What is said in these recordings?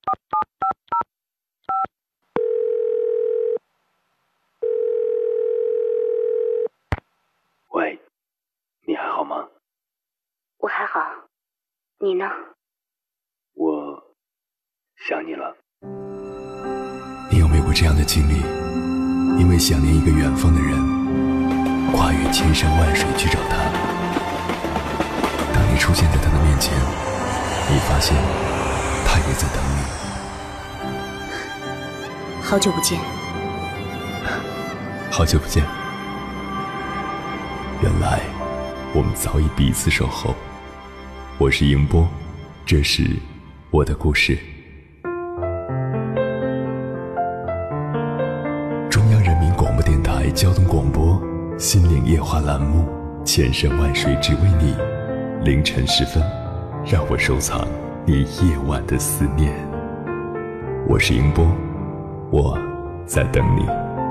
喂，你还好吗？ 我还好，你呢？ 我想你了。 你有没有过这样的经历？因为想念一个远方的人，跨越千山万水去找他。当你出现在他的面前，你发现他也在等你。 好久不见。 好久不见。原来我们早已彼此守候。我是迎波，这是我的故事。中央人民广播电台交通广播心灵夜话栏目，千山万水只为你，凌晨时分，让我收藏你夜晚的思念。我是迎波，我在等你。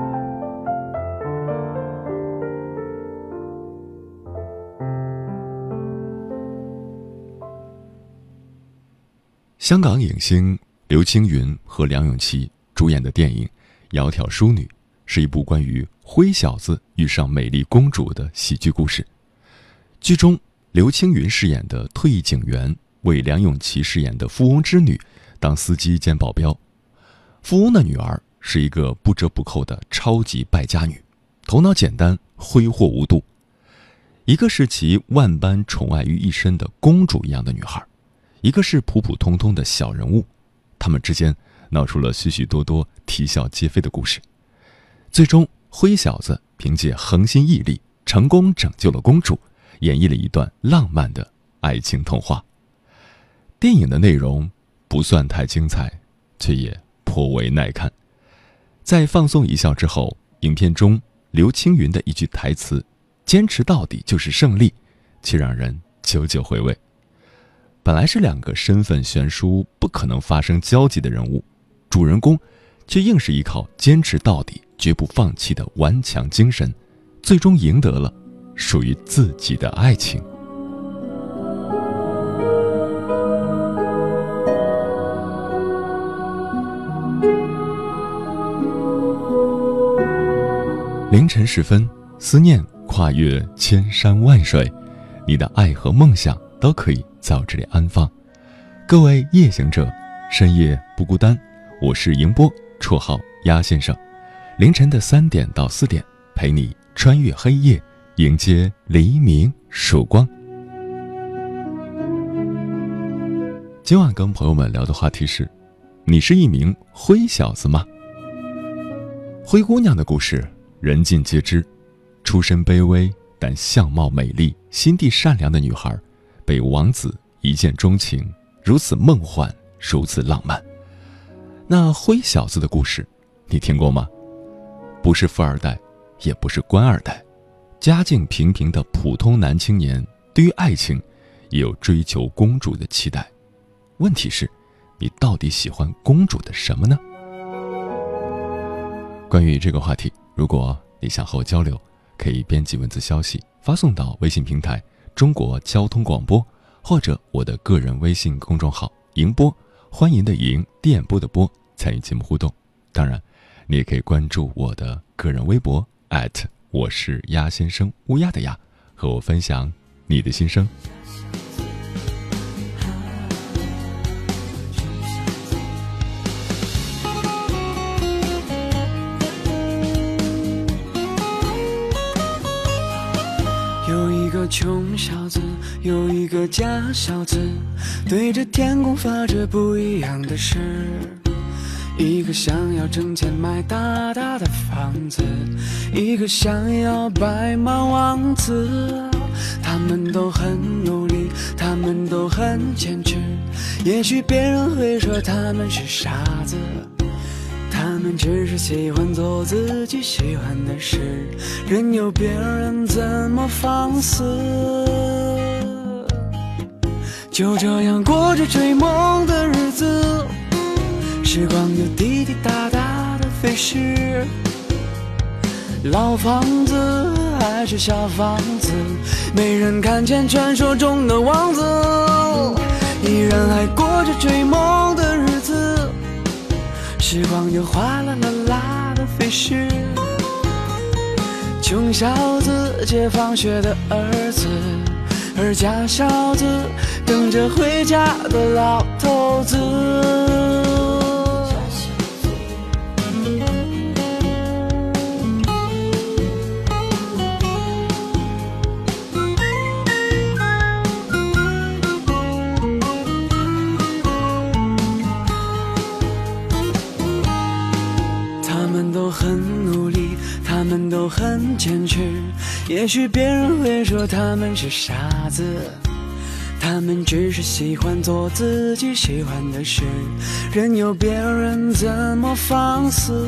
香港影星刘青云和梁咏琪主演的电影《窈窕淑女》是一部关于灰小子遇上美丽公主的喜剧故事。剧中刘青云饰演的退役警员为梁咏琪饰演的富翁之女当司机兼保镖。富翁的女儿是一个不折不扣的超级败家女，头脑简单，挥霍无度。一个是其万般宠爱于一身的公主一样的女孩，一个是普普通通的小人物，他们之间闹出了许许多多啼笑皆非的故事。最终灰小子凭借恒心毅力成功拯救了公主，演绎了一段浪漫的爱情童话。电影的内容不算太精彩，却也颇为耐看。在放松一笑之后，影片中刘青云的一句台词坚持到底就是胜利，却让人久久回味。本来是两个身份悬殊不可能发生交集的人物，主人公却硬是依靠坚持到底绝不放弃的顽强精神，最终赢得了属于自己的爱情。凌晨时分，思念跨越千山万水，你的爱和梦想都可以在我这里安放。各位夜行者，深夜不孤单，我是迎波，绰号鸭先生。凌晨的3点到4点，陪你穿越黑夜，迎接黎明曙光。今晚跟朋友们聊的话题是：你是一名灰小子吗？灰姑娘的故事人尽皆知，出身卑微但相貌美丽、心地善良的女孩，被王子一见钟情，如此梦幻，如此浪漫。那灰小子的故事，你听过吗？不是富二代，也不是官二代，家境平平的普通男青年，对于爱情也有追求公主的期待。问题是，你到底喜欢公主的什么呢？关于这个话题，如果你想和我交流，可以编辑文字消息发送到微信平台中国交通广播，或者我的个人微信公众号迎波，欢迎的迎，电波的波，参与节目互动。当然你也可以关注我的个人微博我是鸭先生，乌鸦的鸭，和我分享你的心声。 有一个穷小子，有一个假小子，对着天空发着不一样的誓。一个想要挣钱买大大的房子，一个想要白马王子。他们都很努力，他们都很坚持，也许别人会说他们是傻子，他们只是喜欢做自己喜欢的事，任由别人怎么放肆。就这样过着追梦的日子，时光就滴滴答答的飞逝。老房子还是小房子，没人看见传说中的王子，依然还过着追梦的日子。 时光就哗啦啦啦的飞逝。穷小子接放学的儿子，而假小子等着回家的老头子。他们都很努力，他们都很坚持，也许别人会说他们是傻子，他们只是喜欢做自己喜欢的事，任由别人怎么放肆。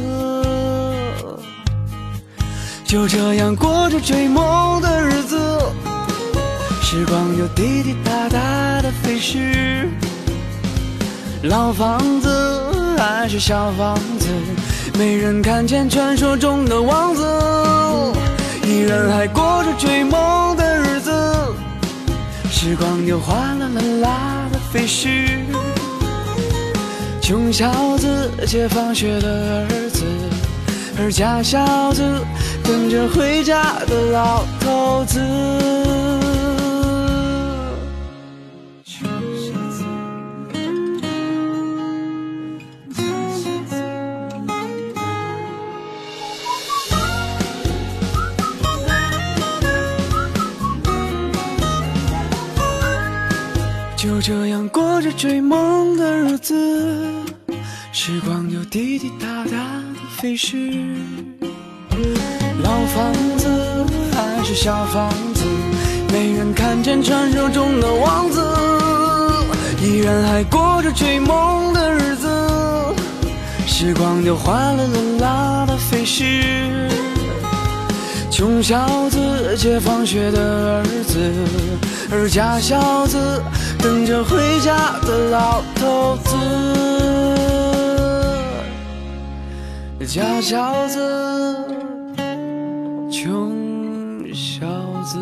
就这样过着追梦的日子，时光就滴滴答答的飞逝。老房子还是小房子，没人看见传说中的王子，依然还过着追梦的日子，时光就哗啦啦啦的飞逝。穷小子接放学的儿子，而假小子等着回家的老头子。就这样过着追梦的日子，时光就滴滴答答的飞逝。老房子还是小房子，没人看见传说中的王子，依然还过着追梦的日子，时光就哗啦啦啦的飞逝。穷小子接放学的儿子，而假小子等着回家的老头子。假小子，穷小子。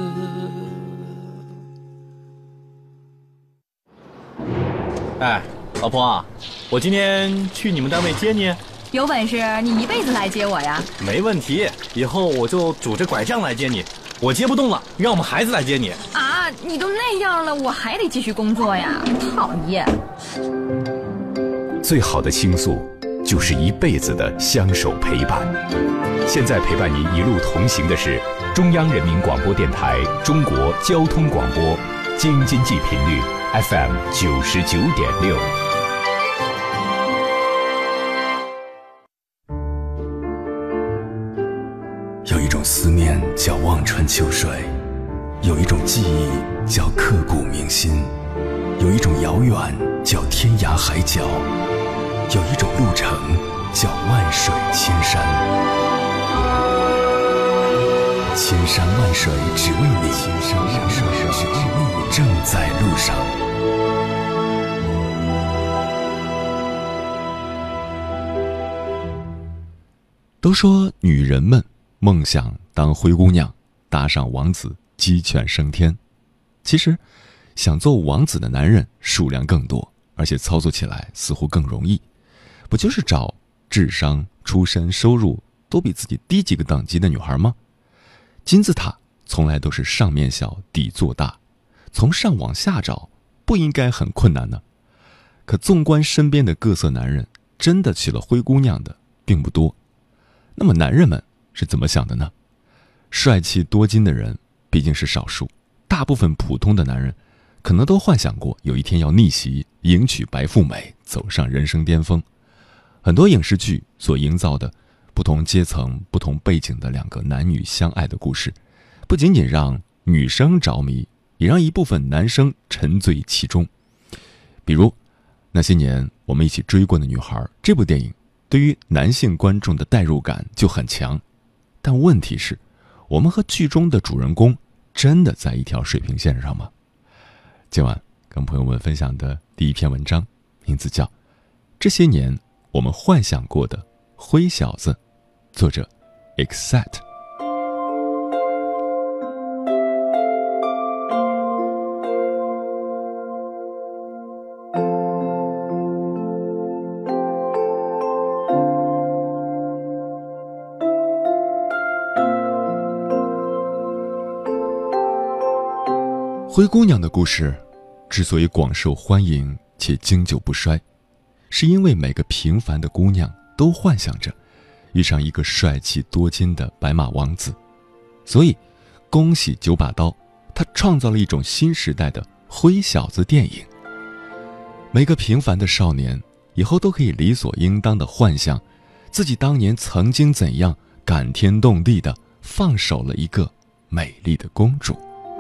哎，老婆，我今天去你们单位接你。 有本事你一辈子来接我呀！ 没问题，以后我就拄着拐杖来接你。我接不动了，让我们孩子来接你。 啊，你都那样了，我还得继续工作呀！讨厌。 最好的倾诉，就是一辈子的相守陪伴。现在陪伴您一路同行的是中央人民广播电台中国交通广播，京津冀频率 FM 99.6。 有一种思念叫望穿秋水，有一种记忆叫刻骨铭心，有一种遥远叫天涯海角，有一种路程叫万水千山。千山万水只为你，正在路上。 都说女人们梦想当灰姑娘，搭上王子鸡犬升天。其实想做王子的男人数量更多，而且操作起来似乎更容易。不就是找智商、出身、收入都比自己低几个等级的女孩吗？金字塔从来都是上面小底座大，从上往下找不应该很困难呢？可纵观身边的各色男人，真的娶了灰姑娘的并不多。那么男人们是怎么想的呢？帅气多金的人毕竟是少数，大部分普通的男人可能都幻想过有一天要逆袭，迎娶白富美，走上人生巅峰。很多影视剧所营造的不同阶层、不同背景的两个男女相爱的故事，不仅仅让女生着迷，也让一部分男生沉醉其中。比如那些年我们一起追过的女孩，这部电影对于男性观众的代入感就很强。但问题是，我们和剧中的主人公真的在一条水平线上吗？今晚跟朋友们分享的第一篇文章，名字叫《这些年我们幻想过的灰小子》，作者 Exact。 灰姑娘的故事之所以广受欢迎且经久不衰，是因为每个平凡的姑娘都幻想着遇上一个帅气多金的白马王子，所以恭喜九把刀，他创造了一种新时代的灰小子电影。每个平凡的少年以后都可以理所应当的幻想自己当年曾经怎样感天动地的放手了一个美丽的公主。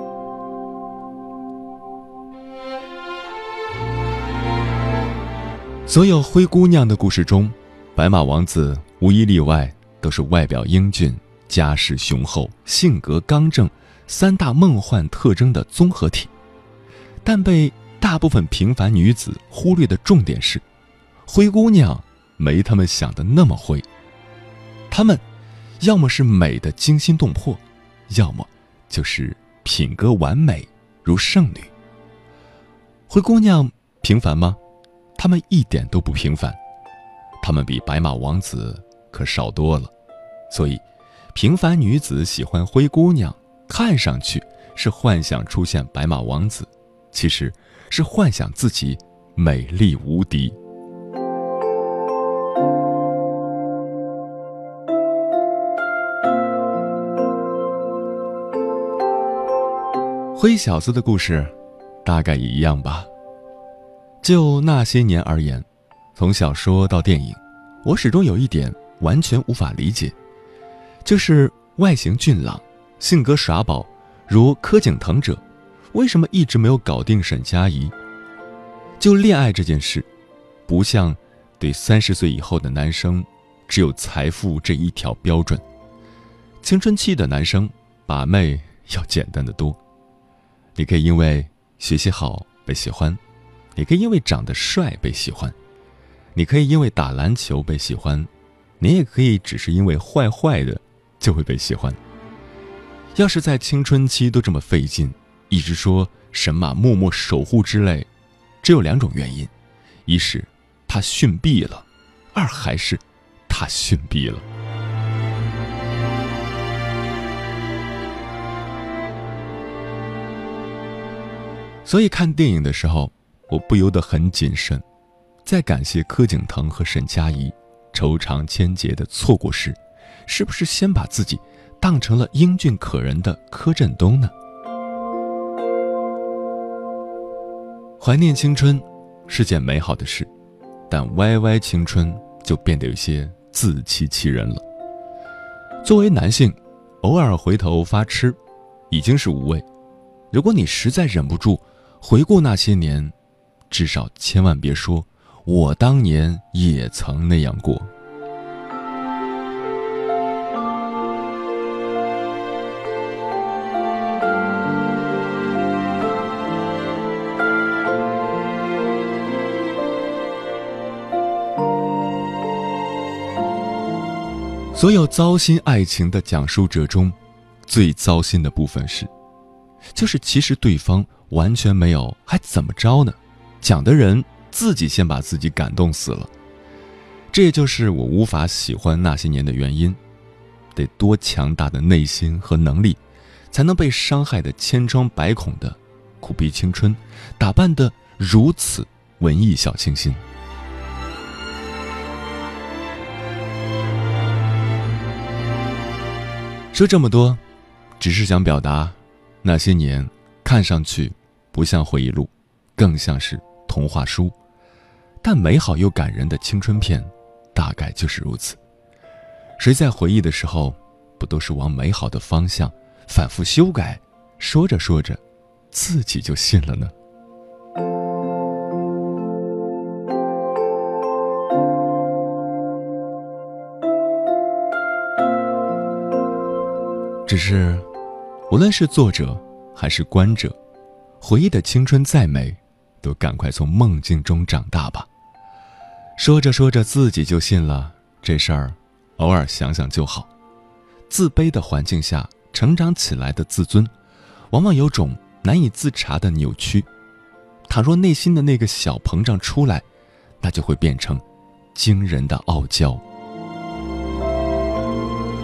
所有灰姑娘的故事中，白马王子无一例外都是外表英俊、家世雄厚、性格刚正三大梦幻特征的综合体。但被大部分平凡女子忽略的重点是，灰姑娘没她们想的那么灰。她们要么是美的惊心动魄，要么就是品格完美如圣女。灰姑娘平凡吗？她们一点都不平凡，她们比白马王子可少多了。所以平凡女子喜欢灰姑娘，看上去是幻想出现白马王子，其实是幻想自己美丽无敌。灰小子的故事大概也一样吧。就那些年而言，从小说到电影，我始终有一点完全无法理解，就是外形俊朗、性格耍宝如柯景腾者，为什么一直没有搞定沈佳宜？就恋爱这件事，不像对30岁以后的男生只有财富这一条标准，青春期的男生把妹要简单得多。你可以因为学习好被喜欢，你可以因为长得帅被喜欢，你可以因为打篮球被喜欢，你也可以只是因为坏坏的就会被喜欢。要是在青春期都这么费劲，一直说神马默默守护之类，只有2种原因：一是他逊毙了，二还是他逊毙了。所以看电影的时候，我不由得很谨慎，在感谢柯景腾和沈佳宜愁肠千结的错过时，是不是先把自己当成了英俊可人的柯震东呢？怀念青春是件美好的事，但歪歪青春就变得有些自欺欺人了。作为男性，偶尔回头发痴已经是无畏，如果你实在忍不住回顾那些年，至少千万别说我当年也曾那样过。所有糟心爱情的讲述者中，最糟心的部分就是其实对方完全没有还怎么着呢，讲的人自己先把自己感动死了。这也就是我无法喜欢那些年的原因。得多强大的内心和能力，才能被伤害的千疮百孔的苦逼青春打扮得如此文艺小清新。说这么多，只是想表达，那些年看上去不像回忆录，更像是童话书，但美好又感人的青春片大概就是如此。谁在回忆的时候，不都是往美好的方向反复修改，说着说着自己就信了呢？只是无论是作者还是观者，回忆的青春再美，都赶快从梦境中长大吧。说着说着自己就信了，这事儿偶尔想想就好。自卑的环境下成长起来的自尊，往往有种难以自察的扭曲。倘若内心的那个小膨胀出来，那就会变成惊人的傲娇。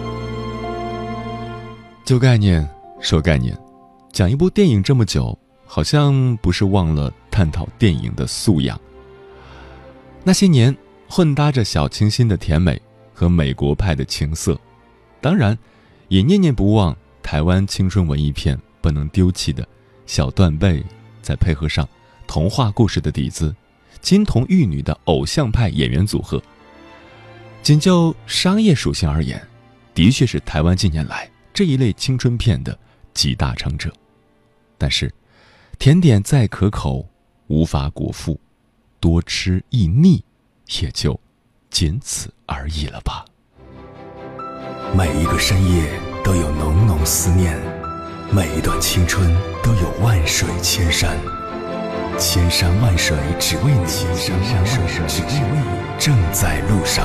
就概念说概念，讲一部电影这么久， 好像不是忘了探讨电影的素养。那些年混搭着小清新的甜美和美国派的情色，当然也念念不忘台湾青春文艺片不能丢弃的小断背，再配合上童话故事的底子，金童玉女的偶像派演员组合。仅就商业属性而言，的确是台湾近年来这一类青春片的集大成者。但是甜点再可口，无法果腹，多吃易腻，也就仅此而已了吧。 每一个深夜都有浓浓思念，每一段青春都有万水千山，千山万水只为你，千山万水只为你，正在路上。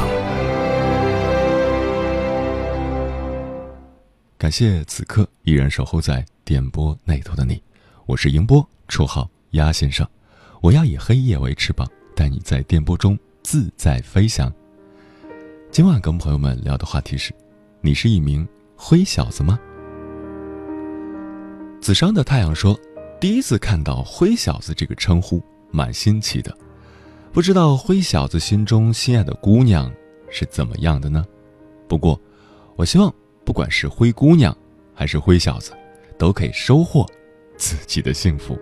感谢此刻依然守候在电波那头的你，我是迎波，绰号鸭先生。我要以黑夜为翅膀，带你在电波中自在飞翔。今晚跟朋友们聊的话题是：你是一名灰小子吗？紫上的太阳说，第一次看到灰小子这个称呼蛮新奇的，不知道灰小子心中心爱的姑娘是怎么样的呢？不过我希望不管是灰姑娘还是灰小子，都可以收获自己的幸福。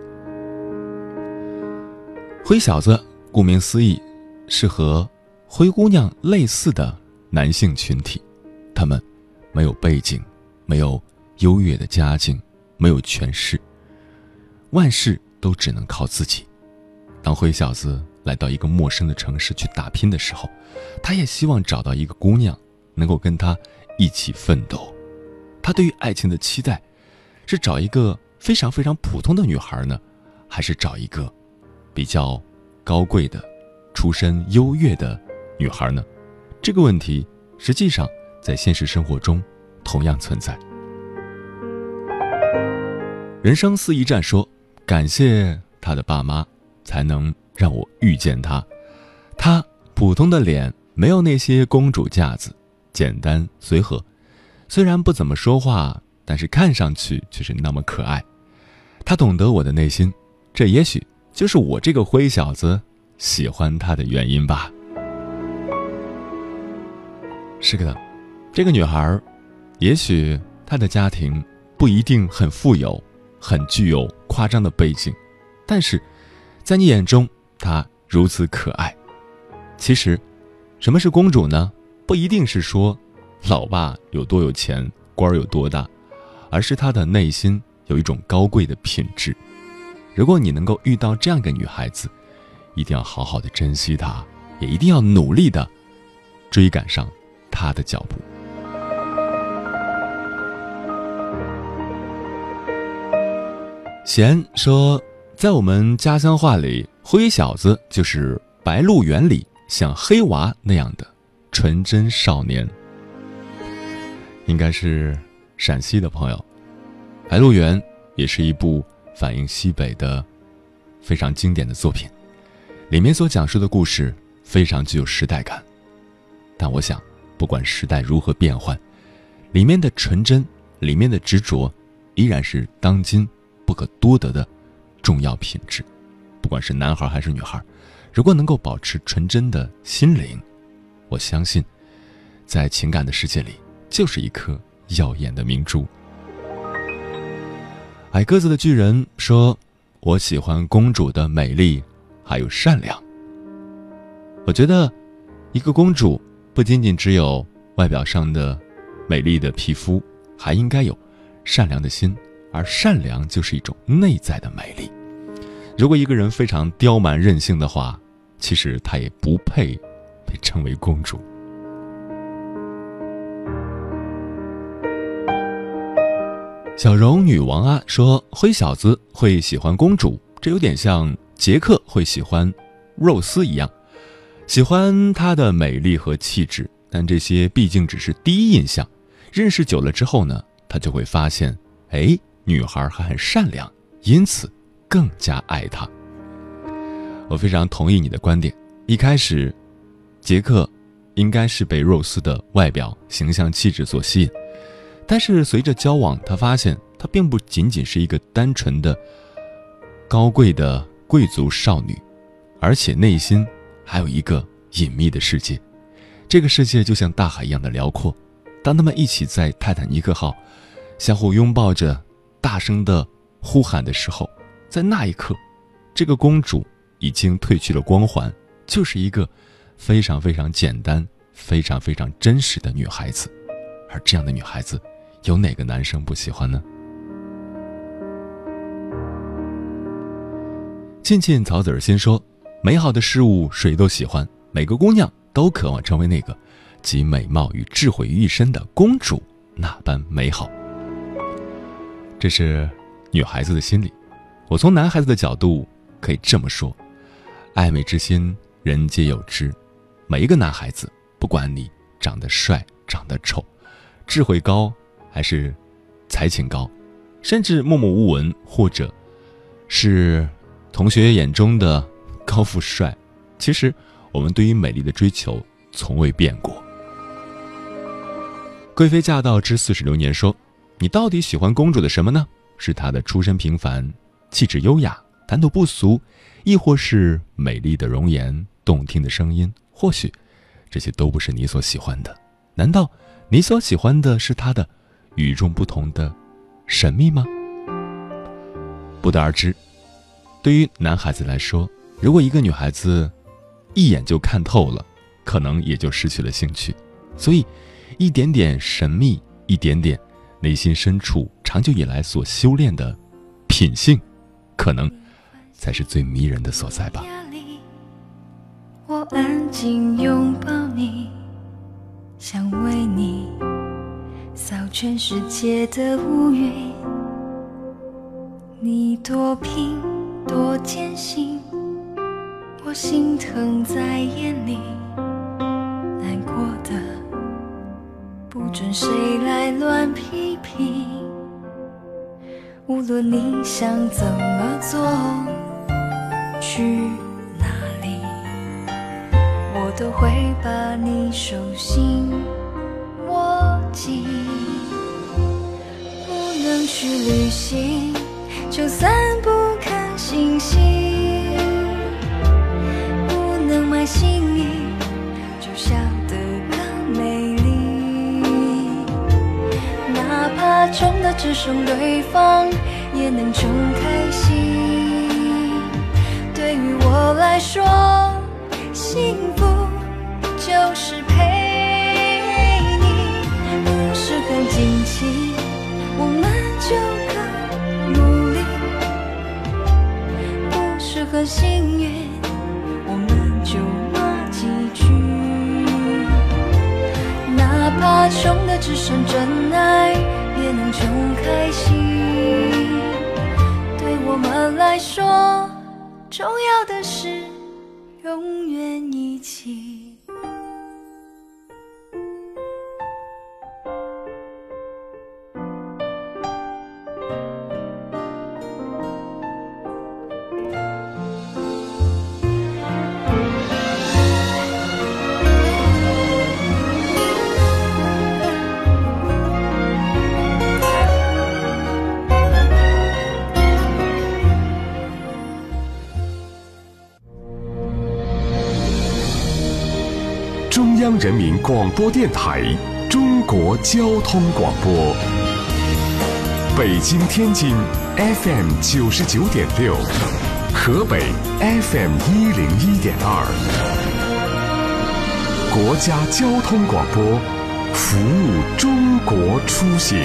灰小子顾名思义，是和灰姑娘类似的男性群体，他们没有背景，没有优越的家境，没有权势，万事都只能靠自己。当灰小子来到一个陌生的城市去打拼的时候，他也希望找到一个姑娘能够跟他一起奋斗。他对于爱情的期待是找一个非常非常普通的女孩呢，还是找一个比较高贵的出身优越的女孩呢？这个问题实际上在现实生活中同样存在。人生四驿站说，感谢他的爸妈才能让我遇见他。他普通的脸，没有那些公主架子，简单随和，虽然不怎么说话，但是看上去却是那么可爱。他懂得我的内心，这也许就是我这个灰小子喜欢他的原因吧。是的，这个女孩也许她的家庭不一定很富有，很具有夸张的背景，但是在你眼中她如此可爱。其实什么是公主呢？不一定是说老爸有多有钱，官有多大，而是她的内心有一种高贵的品质。如果你能够遇到这样一个女孩子，一定要好好的珍惜她，也一定要努力的追赶上她的脚步。贤说，在我们家乡话里，灰小子就是白鹿原里像黑娃那样的纯真少年。应该是陕西的朋友。白鹿原也是一部反映西北的非常经典的作品，里面所讲述的故事非常具有时代感。但我想，不管时代如何变换，里面的纯真，里面的执着，依然是当今不可多得的重要品质。不管是男孩还是女孩，如果能够保持纯真的心灵，我相信在情感的世界里就是一颗耀眼的明珠。矮个子的巨人说，我喜欢公主的美丽还有善良。我觉得一个公主不仅仅只有外表上的美丽的皮肤，还应该有善良的心，而善良就是一种内在的美丽。如果一个人非常刁蛮任性的话，其实他也不配被称为公主。小荣女王啊说，灰小子会喜欢公主，这有点像杰克会喜欢肉丝一样，喜欢她的美丽和气质，但这些毕竟只是第一印象。认识久了之后呢，他就会发现，女孩还很善良，因此更加爱她。我非常同意你的观点，一开始杰克应该是被肉丝的外表、形象、气质所吸引，但是随着交往，他发现他并不仅仅是一个单纯的高贵的贵族少女，而且内心还有一个隐秘的世界。这个世界就像大海一样的辽阔。当他们一起在泰坦尼克号相互拥抱着大声的呼喊的时候，在那一刻，这个公主已经褪去了光环，就是一个非常非常简单非常非常真实的女孩子。而这样的女孩子有哪个男生不喜欢呢？静静草籽儿心说，美好的事物谁都喜欢，每个姑娘都渴望成为那个集美貌与智慧于一身的公主，那般美好。这是女孩子的心理。我从男孩子的角度可以这么说，爱美之心人皆有之。每一个男孩子，不管你长得帅长得丑，智慧高还是才情高，甚至默默无闻，或者是同学眼中的高富帅，其实我们对于美丽的追求从未变过。贵妃驾到之40流年说，你到底喜欢公主的什么呢？是她的出身平凡，气质优雅，谈吐不俗，亦或是美丽的容颜，动听的声音？或许这些都不是你所喜欢的。难道你所喜欢的是她的与众不同的神秘吗？不得而知。对于男孩子来说，如果一个女孩子一眼就看透了，可能也就失去了兴趣。所以一点点神秘，一点点内心深处长久以来所修炼的品性，可能才是最迷人的所在吧。 我安静拥抱你，想为你扫全世界的乌云。你多平多艰辛，我心疼在眼里，难过的不准谁来乱批评。无论你想怎么做，去哪里，我都会把你手心握紧。不能去旅行，就散不看星星，不能买新衣，就笑得更美丽。哪怕穷的只剩对方，也能穷开心。对于我来说，幸福就是陪你。不是很惊奇，我们就更努力。不是很幸运，我们就骂几句。哪怕穷的只剩真爱，也能穷开心。对我们来说，重要的是永远一起。 中央人民广播电台中国交通广播，北京、天津 FM 99.6，河北 FM 101.2，国家交通广播，服务中国出行。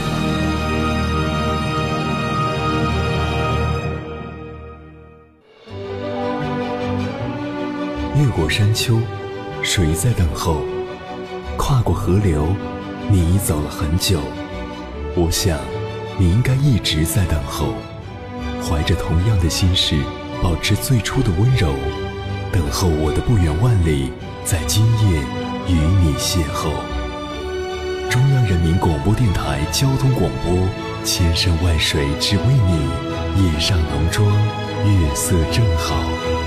越过山丘，谁在等候？跨过河流，你已走了很久。我想，你应该一直在等候，怀着同样的心事，保持最初的温柔，等候我的不远万里，在今夜与你邂逅。中央人民广播电台交通广播，千山万水只为你，夜上浓妆，月色正好。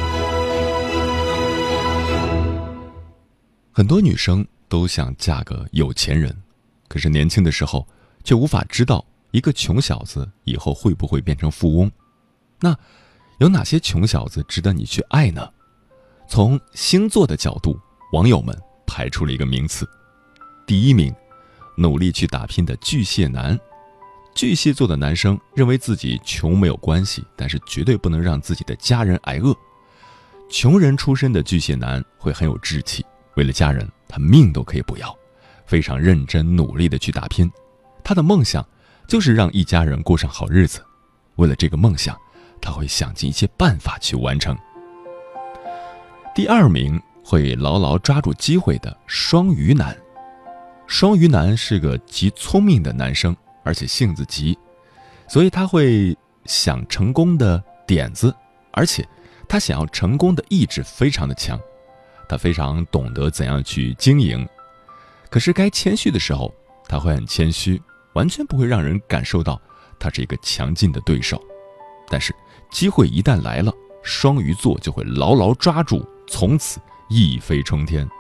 很多女生都想嫁个有钱人，可是年轻的时候却无法知道一个穷小子以后会不会变成富翁。那有哪些穷小子值得你去爱呢？从星座的角度，网友们排出了一个名次。第一名，努力去打拼的巨蟹男。巨蟹座的男生认为自己穷没有关系，但是绝对不能让自己的家人挨饿。穷人出身的巨蟹男会很有志气，为了家人，他命都可以不要，非常认真努力的去打拼。他的梦想就是让一家人过上好日子，为了这个梦想，他会想尽一切办法去完成。第二名，会牢牢抓住机会的双鱼男。双鱼男是个极聪明的男生，而且性子急，所以他会想成功的点子，而且他想要成功的意志非常的强。他非常懂得怎样去经营，可是该谦虚的时候，他会很谦虚，完全不会让人感受到他是一个强劲的对手。但是机会一旦来了，双鱼座就会牢牢抓住，从此一飞冲天。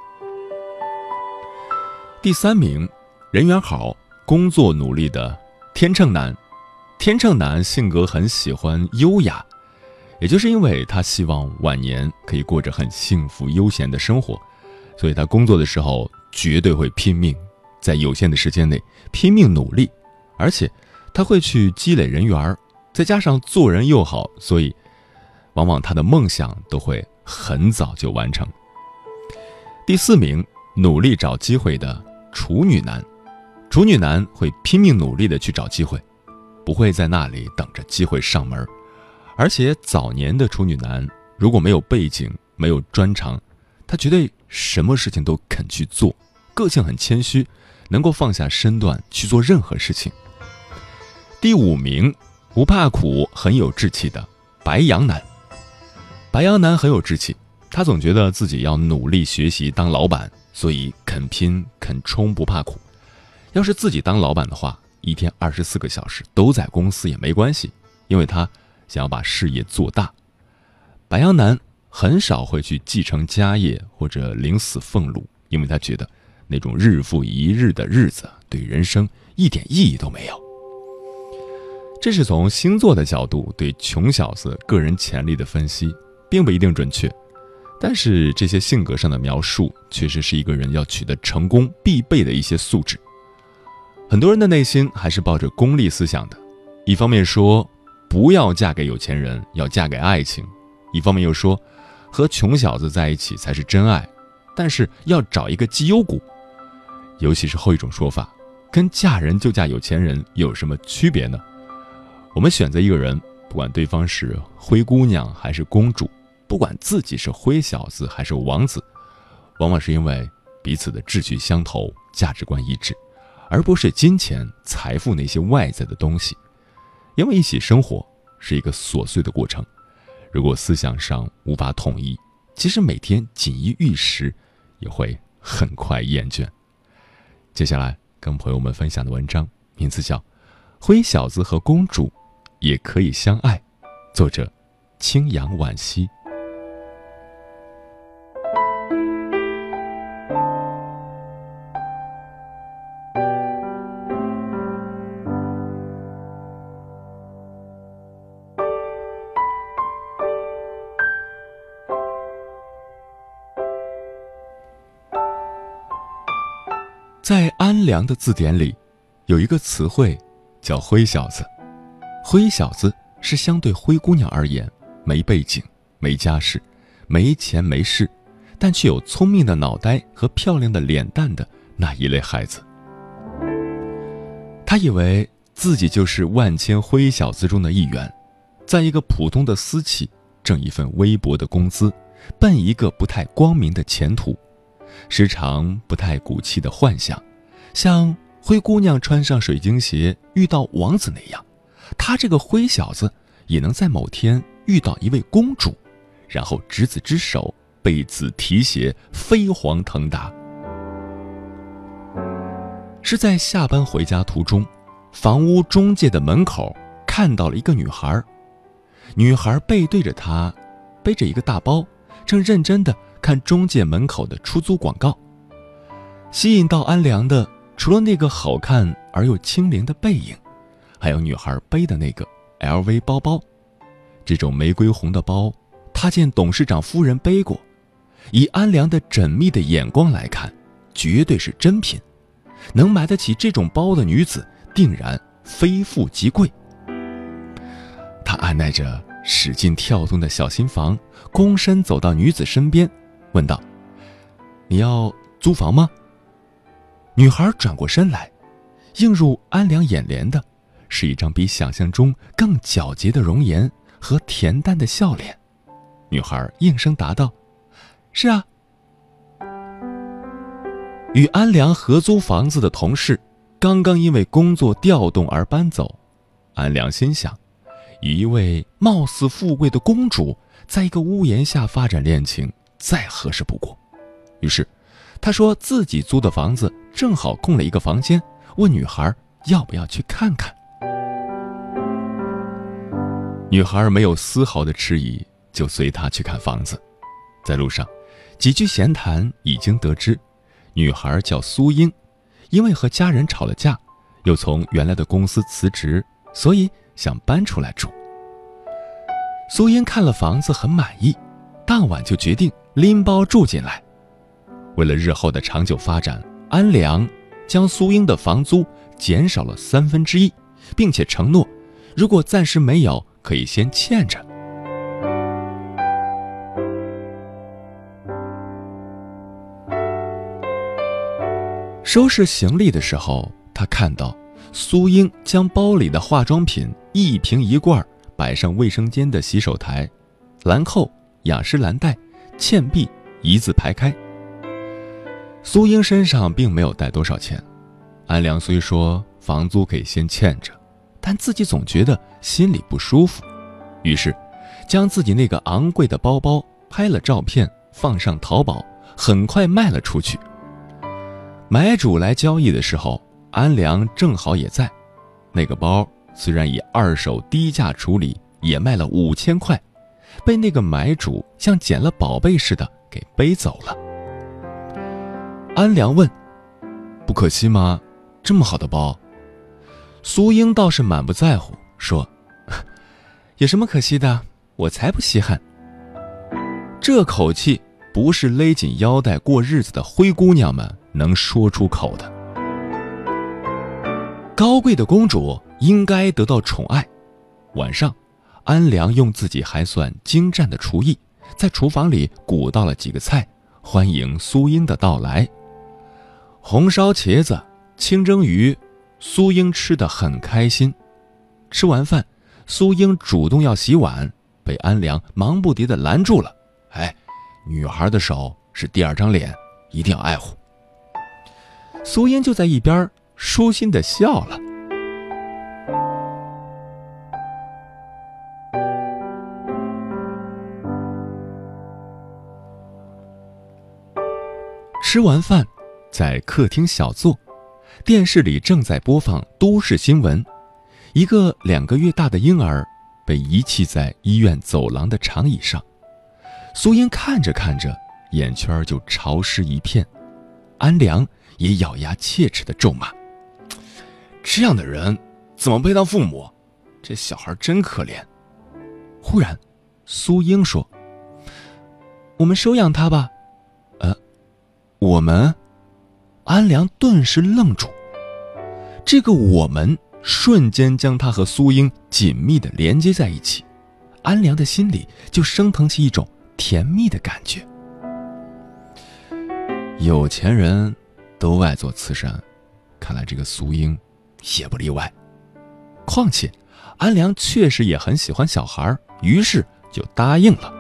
第三名，人缘好，工作努力的天秤男。天秤男性格很喜欢优雅，也就是因为他希望晚年可以过着很幸福悠闲的生活，所以他工作的时候绝对会拼命，在有限的时间内拼命努力，而且他会去积累人缘，再加上做人又好，所以往往他的梦想都会很早就完成。第四名，努力找机会的处女男。处女男会拼命努力的去找机会，不会在那里等着机会上门。而且早年的处女男如果没有背景，没有专长，他绝对什么事情都肯去做，个性很谦虚，能够放下身段去做任何事情。第五名，不怕苦，很有志气的白羊男。白羊男很有志气，他总觉得自己要努力学习当老板，所以肯拼肯冲，不怕苦。要是自己当老板的话，一天24个小时都在公司也没关系，因为他想要把事业做大。白羊男很少会去继承家业或者领死俸禄，因为他觉得那种日复一日的日子对人生一点意义都没有。这是从星座的角度对穷小子个人潜力的分析，并不一定准确，但是这些性格上的描述确实是一个人要取得成功必备的一些素质。很多人的内心还是抱着功利思想的，一方面说不要嫁给有钱人，要嫁给爱情，一方面又说和穷小子在一起才是真爱，但是要找一个绩优股。尤其是后一种说法，跟嫁人就嫁有钱人有什么区别呢？我们选择一个人，不管对方是灰姑娘还是公主，不管自己是灰小子还是王子，往往是因为彼此的志趣相投，价值观一致，而不是金钱财富那些外在的东西。因为一起生活是一个琐碎的过程，如果思想上无法统一，其实每天锦衣玉食也会很快厌倦。接下来跟朋友们分享的文章名字叫《灰小子和公主也可以相爱》，作者青阳惋惜。在安良的字典里，有一个词汇叫灰小子。灰小子是相对灰姑娘而言，没背景、没家世、没钱没势，但却有聪明的脑袋和漂亮的脸蛋的那一类孩子。他以为自己就是万千灰小子中的一员，在一个普通的私企挣一份微薄的工资，奔一个不太光明的前途，时常不太鼓气的幻想，像灰姑娘穿上水晶鞋遇到王子那样，他这个灰小子也能在某天遇到一位公主，然后执子之手，被子提携，飞黄腾达。是在下班回家途中，房屋中介的门口看到了一个女孩，女孩背对着他，背着一个大包，正认真地看中介门口的出租广告。吸引到安良的除了那个好看而又轻灵的背影，还有女孩背的那个 LV 包包。 这种玫瑰红的包，他见董事长夫人背过，以安良的缜密的眼光来看，绝对是真品。能买得起这种包的女子，定然非富即贵。他按耐着使劲跳动的小心房，躬身走到女子身边，问道：“你要租房吗？”女孩转过身来，映入安良眼帘的是一张比想象中更皎洁的容颜和恬淡的笑脸。女孩应声答道：“是啊。”与安良合租房子的同事刚刚因为工作调动而搬走，安良心想，与一位貌似富贵的公主在一个屋檐下发展恋情，再合适不过。于是他说自己租的房子正好空了一个房间，问女孩要不要去看看。女孩没有丝毫的迟疑，就随他去看房子。在路上几句闲谈，已经得知女孩叫苏英，因为和家人吵了架，又从原来的公司辞职，所以想搬出来住。苏英看了房子很满意，当晚就决定拎包住进来。为了日后的长久发展，安良将苏英的房租减少了1/3，并且承诺如果暂时没有，可以先欠着。收拾行李的时候，他看到苏英将包里的化妆品一瓶一罐摆上卫生间的洗手台，兰蔻、雅诗兰黛、倩碧一字排开。苏英身上并没有带多少钱，安良虽说房租可以先欠着，但自己总觉得心里不舒服，于是将自己那个昂贵的包包拍了照片放上淘宝，很快卖了出去。买主来交易的时候，安良正好也在。那个包虽然以2手低价处理，也卖了5000块，被那个买主像捡了宝贝似的给背走了。安良问：“不可惜吗？这么好的包？”苏英倒是满不在乎，说：“有什么可惜的？我才不稀罕。”这口气不是勒紧腰带过日子的灰姑娘们能说出口的。高贵的公主应该得到宠爱。晚上，安良用自己还算精湛的厨艺，在厨房里鼓捣了几个菜，欢迎苏英的到来。红烧茄子、清蒸鱼，苏英吃得很开心。吃完饭，苏英主动要洗碗，被安良忙不迭地拦住了。女孩的手是第2张脸，一定要爱护。苏英就在一边舒心地笑了。吃完饭，在客厅小坐，电视里正在播放都市新闻，一个2个月大的婴儿被遗弃在医院走廊的长椅上。苏英看着看着，眼圈就潮湿一片。安良也咬牙切齿地咒骂：“这样的人怎么配当父母？这小孩真可怜。”忽然，苏英说：“我们收养他吧。”我们？安良顿时愣住。这个我们瞬间将他和苏英紧密地连接在一起，安良的心里就升腾起一种甜蜜的感觉。有钱人都爱做慈善，看来这个苏英也不例外。况且安良确实也很喜欢小孩，于是就答应了。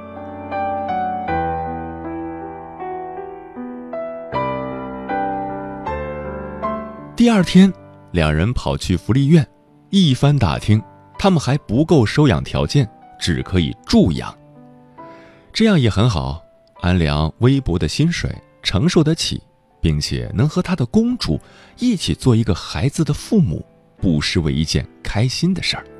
第2天，2人跑去福利院，一番打听，他们还不够收养条件，只可以助养。这样也很好，安良微薄的薪水承受得起，并且能和他的公主一起做一个孩子的父母，不失为一件开心的事儿。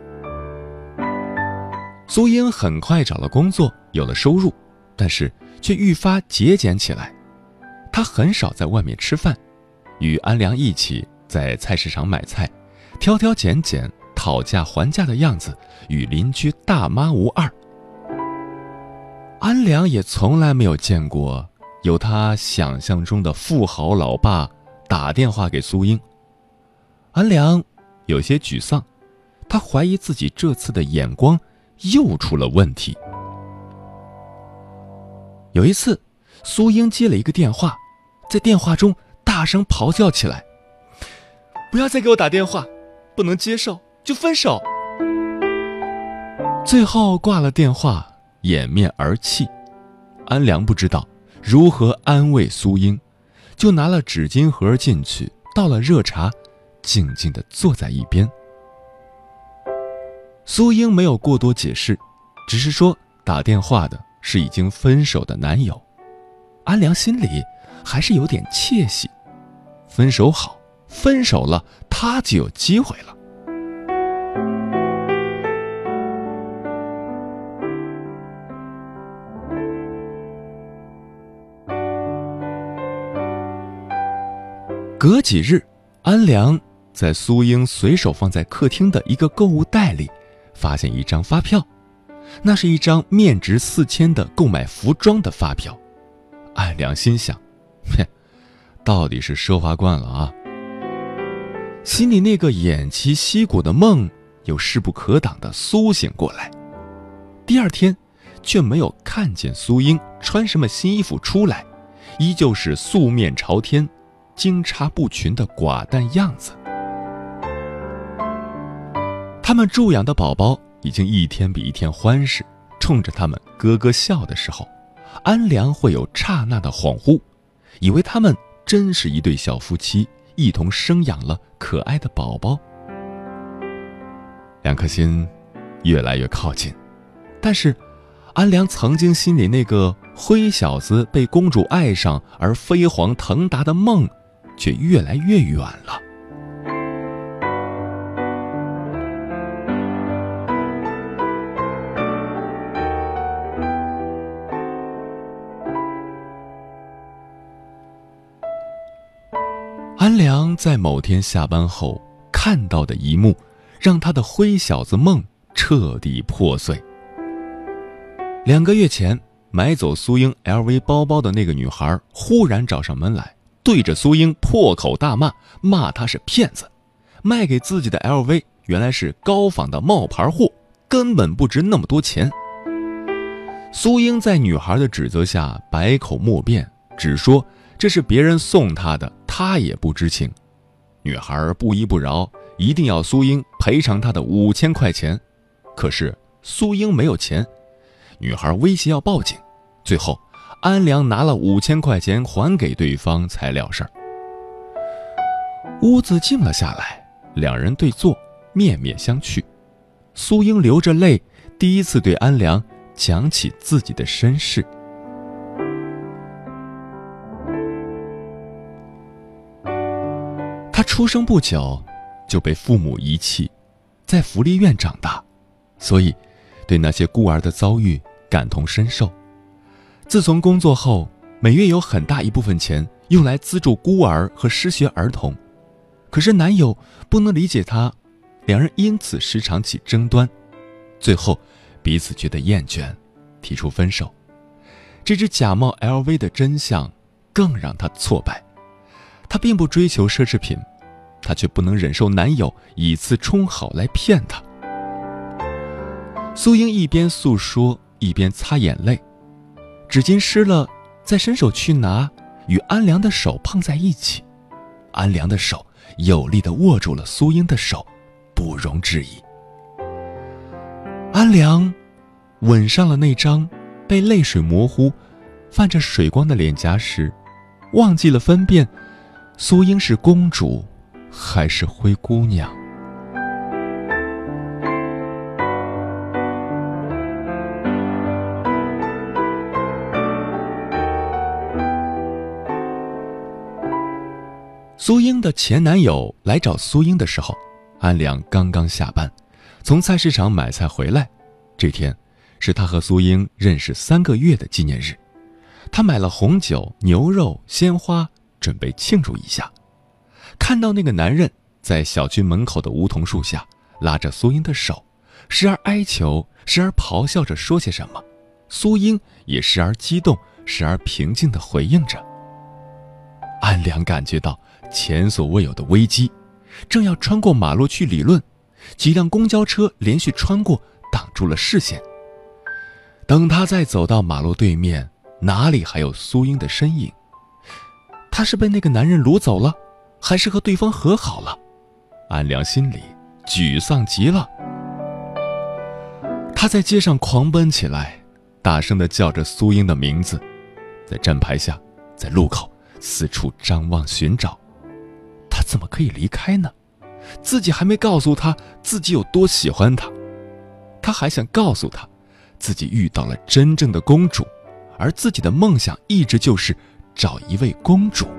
苏英很快找了工作，有了收入，但是却愈发节俭起来。她很少在外面吃饭，与安良一起在菜市场买菜，挑挑拣拣，讨价还价的样子与邻居大妈无二。 安良也从来没有见过有他想象中的富豪老爸打电话给苏英。安良有些沮丧，他怀疑自己这次的眼光又出了问题。有一次，苏英接了一个电话，在电话中大声咆哮起来：“不要再给我打电话，不能接受就分手。”最后挂了电话，掩面而泣。安良不知道如何安慰苏英，就拿了纸巾盒进去，倒了热茶，静静地坐在一边。苏英没有过多解释，只是说打电话的是已经分手的男友。安良心里还是有点窃喜，分手好，分手了他就有机会了。隔几日，安良在苏英随手放在客厅的一个购物袋里发现一张发票，那是一张面值4000的购买服装的发票。安良心想，到底是奢华惯了啊。心里那个偃旗息鼓的梦又势不可挡地苏醒过来。第二天却没有看见苏英穿什么新衣服出来，依旧是素面朝天，惊诧不群的寡淡样子。他们助养的宝宝已经一天比一天欢实，冲着他们咯咯笑的时候，安良会有刹那的恍惚，以为他们真是一对小夫妻，一同生养了可爱的宝宝。两颗心越来越靠近，但是安良曾经心里那个灰小子被公主爱上而飞黄腾达的梦却越来越远了。安良在某天下班后看到的一幕，让他的灰小子梦彻底破碎。2个月前买走苏英 LV 包包的那个女孩忽然找上门来，对着苏英破口大骂，骂她是骗子，卖给自己的 LV 原来是高仿的冒牌货，根本不值那么多钱。苏英在女孩的指责下百口莫辩，只说这是别人送她的，她也不知情。女孩不依不饶，一定要苏英赔偿她的5000块钱。可是苏英没有钱，女孩威胁要报警，最后安良拿了5000块钱还给对方才了事儿。屋子静了下来，两人对坐，面面相觑。苏英流着泪，第一次对安良讲起自己的身世。他出生不久就被父母遗弃，在福利院长大，所以对那些孤儿的遭遇感同身受。自从工作后，每月有很大一部分钱用来资助孤儿和失学儿童，可是男友不能理解她，两人因此时常起争端，最后彼此觉得厌倦，提出分手。这只假冒 LV 的真相更让她挫败。她并不追求奢侈品，她却不能忍受男友以次充好来骗她。苏英一边诉说一边擦眼泪，纸巾湿了再伸手去拿，与安良的手碰在一起，安良的手有力地握住了苏英的手，不容置疑。安良吻上了那张被泪水模糊泛着水光的脸颊时，忘记了分辨苏英是公主还是灰姑娘。苏英的前男友来找苏英的时候，安良刚刚下班，从菜市场买菜回来。这天是他和苏英认识3个月的纪念日，他买了红酒、牛肉、鲜花，准备庆祝一下。看到那个男人在小区门口的梧桐树下拉着苏英的手，时而哀求，时而咆哮着说些什么， 苏英也时而激动，时而平静地回应着。安良感觉到前所未有的危机，正要穿过马路去理论，几辆公交车连续穿过，挡住了视线。等他再走到马路对面，哪里还有苏英的身影？他是被那个男人掳走了，还是和对方和好了？安良心里沮丧极了。他在街上狂奔起来，大声地叫着苏英的名字，在站牌下，在路口四处张望寻找。他怎么可以离开呢？自己还没告诉他自己有多喜欢他，他还想告诉他自己遇到了真正的公主，而自己的梦想一直就是找一位公主。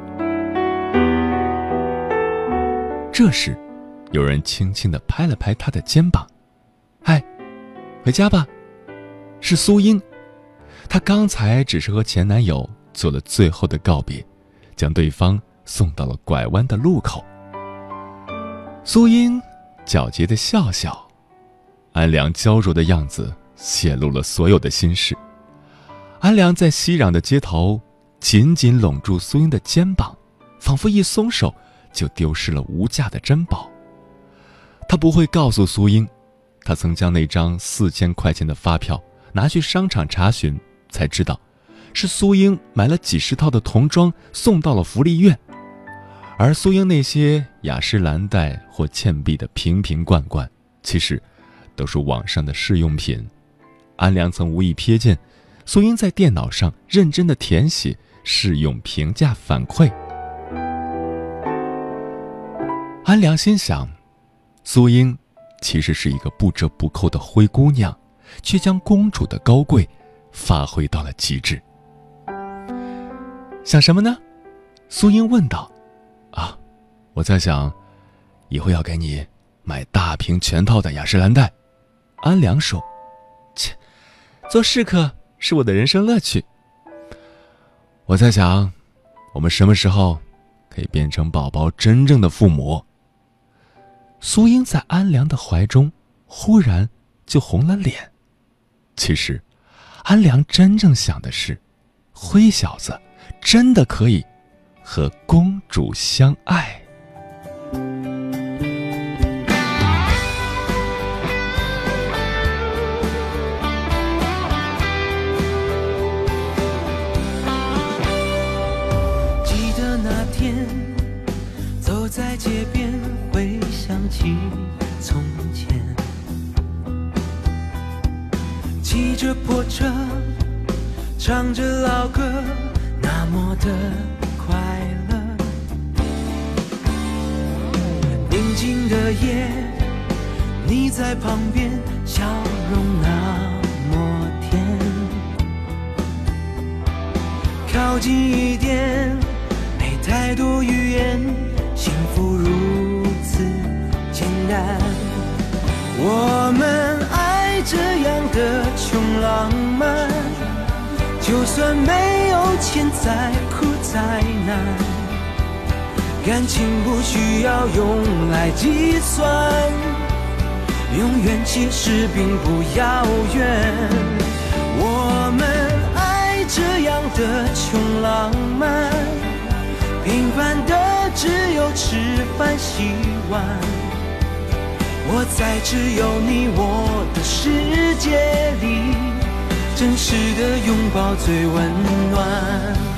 这时有人轻轻地拍了拍他的肩膀，嗨，回家吧。是苏英，她刚才只是和前男友做了最后的告别，将对方送到了拐弯的路口。苏英皎洁的笑笑，安良娇柔的样子泄露了所有的心事。安良在熙攘的街头紧紧拢住苏英的肩膀，仿佛一松手就丢失了无价的珍宝。他不会告诉苏英，他曾将那张4000块钱的发票拿去商场查询，才知道是苏英买了几十套的童装送到了福利院，而苏英那些雅诗兰黛或倩碧的瓶瓶罐罐，其实都是网上的试用品。安良曾无意瞥见苏英在电脑上认真地填写试用评价反馈。安良心想，苏英其实是一个不折不扣的灰姑娘，却将公主的高贵发挥到了极致。想什么呢？苏英问道。啊，我在想以后要给你买大瓶全套的雅诗兰黛。安良说。切，做侍客是我的人生乐趣。我在想我们什么时候可以变成宝宝真正的父母。苏英在安良的怀中忽然就红了脸。其实安良真正想的是，灰小子真的可以和公主相爱。 记得那天走在街边，回想起从前，骑着破车，唱着老歌，那么的快乐。宁静的夜，你在旁边，笑容那么甜。靠近一点，没太多语言，幸福如此简单。我们爱这样的穷浪漫，就算没有钱再苦再难，感情不需要用来计算，永远其实并不遥远。我们爱这样的穷浪漫，平凡的只有吃饭洗碗，我在只有你我的世界里，真实的拥抱最温暖。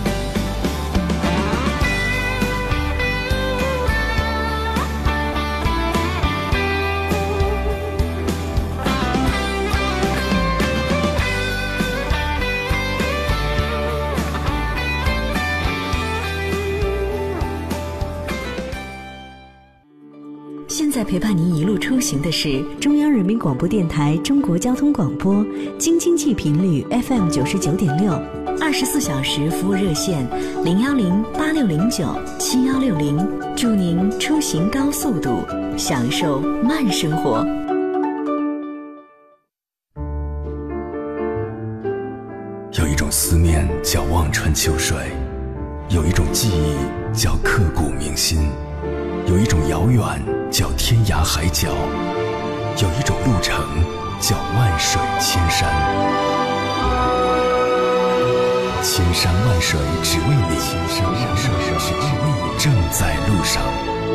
现在陪伴您一路出行的是中央人民广播电台中国交通广播京津冀频率 FM 99.6，24小时服务热线01086097160，祝您出行高速度，享受慢生活。 有一种思念叫望穿秋水，有一种记忆叫刻骨铭心，有一种遥远叫天涯海角，有一种路程叫万水千山。 千山万水只为你，正在路上。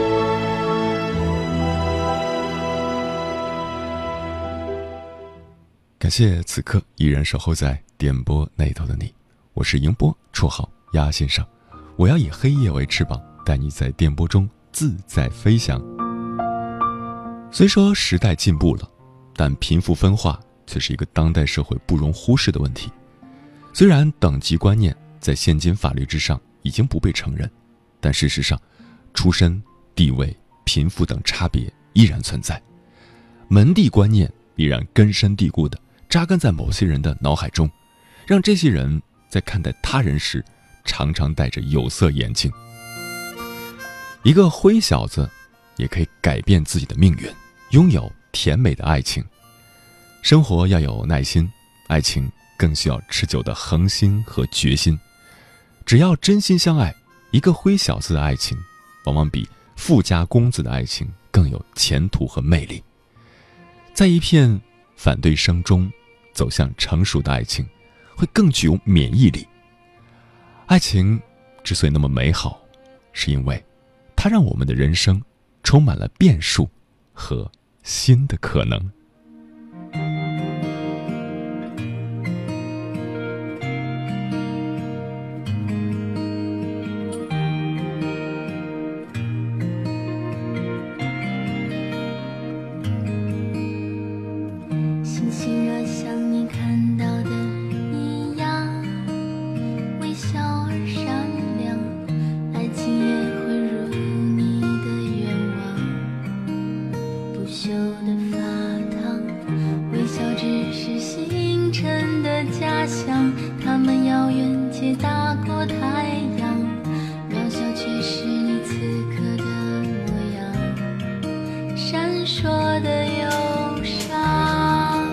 感谢此刻依然守候在电波那头的你，我是迎波，绰号鸭先生。我要以黑夜为翅膀，带你在电波中自在飞翔。虽说时代进步了，但贫富分化却是一个当代社会不容忽视的问题。虽然等级观念在现今法律之上已经不被承认，但事实上，出身、地位、贫富等差别依然存在，门第观念依然根深蒂固地扎根在某些人的脑海中，让这些人在看待他人时常常戴着有色眼镜。一个灰小子也可以改变自己的命运，拥有甜美的爱情。生活要有耐心，爱情更需要持久的恒心和决心。只要真心相爱，一个灰小子的爱情往往比富家公子的爱情更有前途和魅力。在一片反对声中走向成熟的爱情会更具有免疫力。爱情之所以那么美好，是因为它让我们的人生充满了变数和新的可能。 星星若像你看到的一样，微笑而善良，爱情也会如你的愿望。不朽的发烫，微笑只是星辰的假象，它们遥远且大过太阳，渺小却是你此刻的模样，闪烁的忧伤。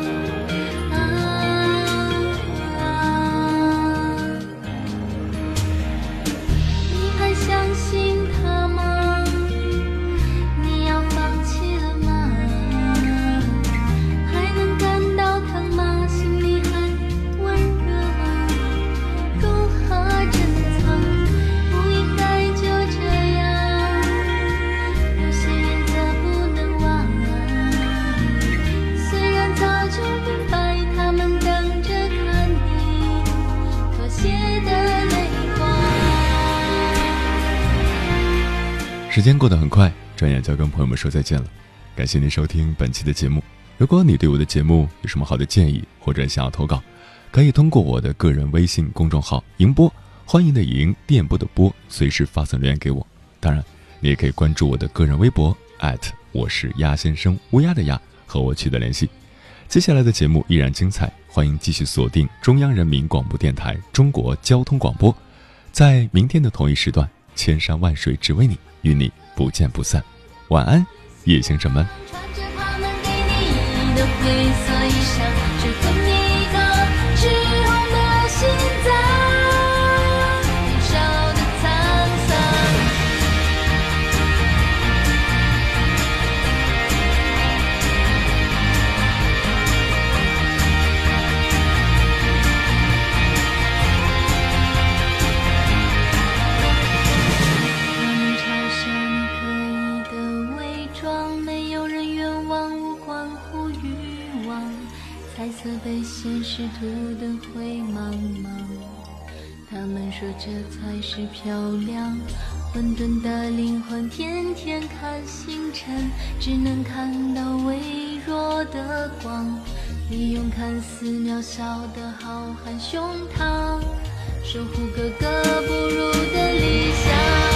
相信他吗？你要放弃了吗？还能感到疼吗？心里还温热吗？如何珍藏？不应该就这样，有些原则不能忘。虽然早就明白，他们等着看你妥协的泪光。 时间过得很快，转眼就要跟朋友们说再见了。感谢您收听本期的节目。如果你对我的节目有什么好的建议，或者想要投稿，可以通过我的个人微信公众号迎波，欢迎的迎，电波的波，随时发送留言给我。当然你也可以关注我的个人微博我是鸭先生，乌鸦的鸭，和我取得联系。接下来的节目依然精彩，欢迎继续锁定中央人民广播电台中国交通广播，在明天的同一时段，千山万水只为你，与你不见不散。晚安，夜行者们。 穿着他们给你的灰色衣裳，只给你一个赤红的心脏，年少的沧桑。彩色被现实涂得灰茫茫，他们说这才是漂亮。混沌的灵魂天天看星辰，只能看到微弱的光，利用看似渺小的浩瀚胸膛，守护格格不入的理想。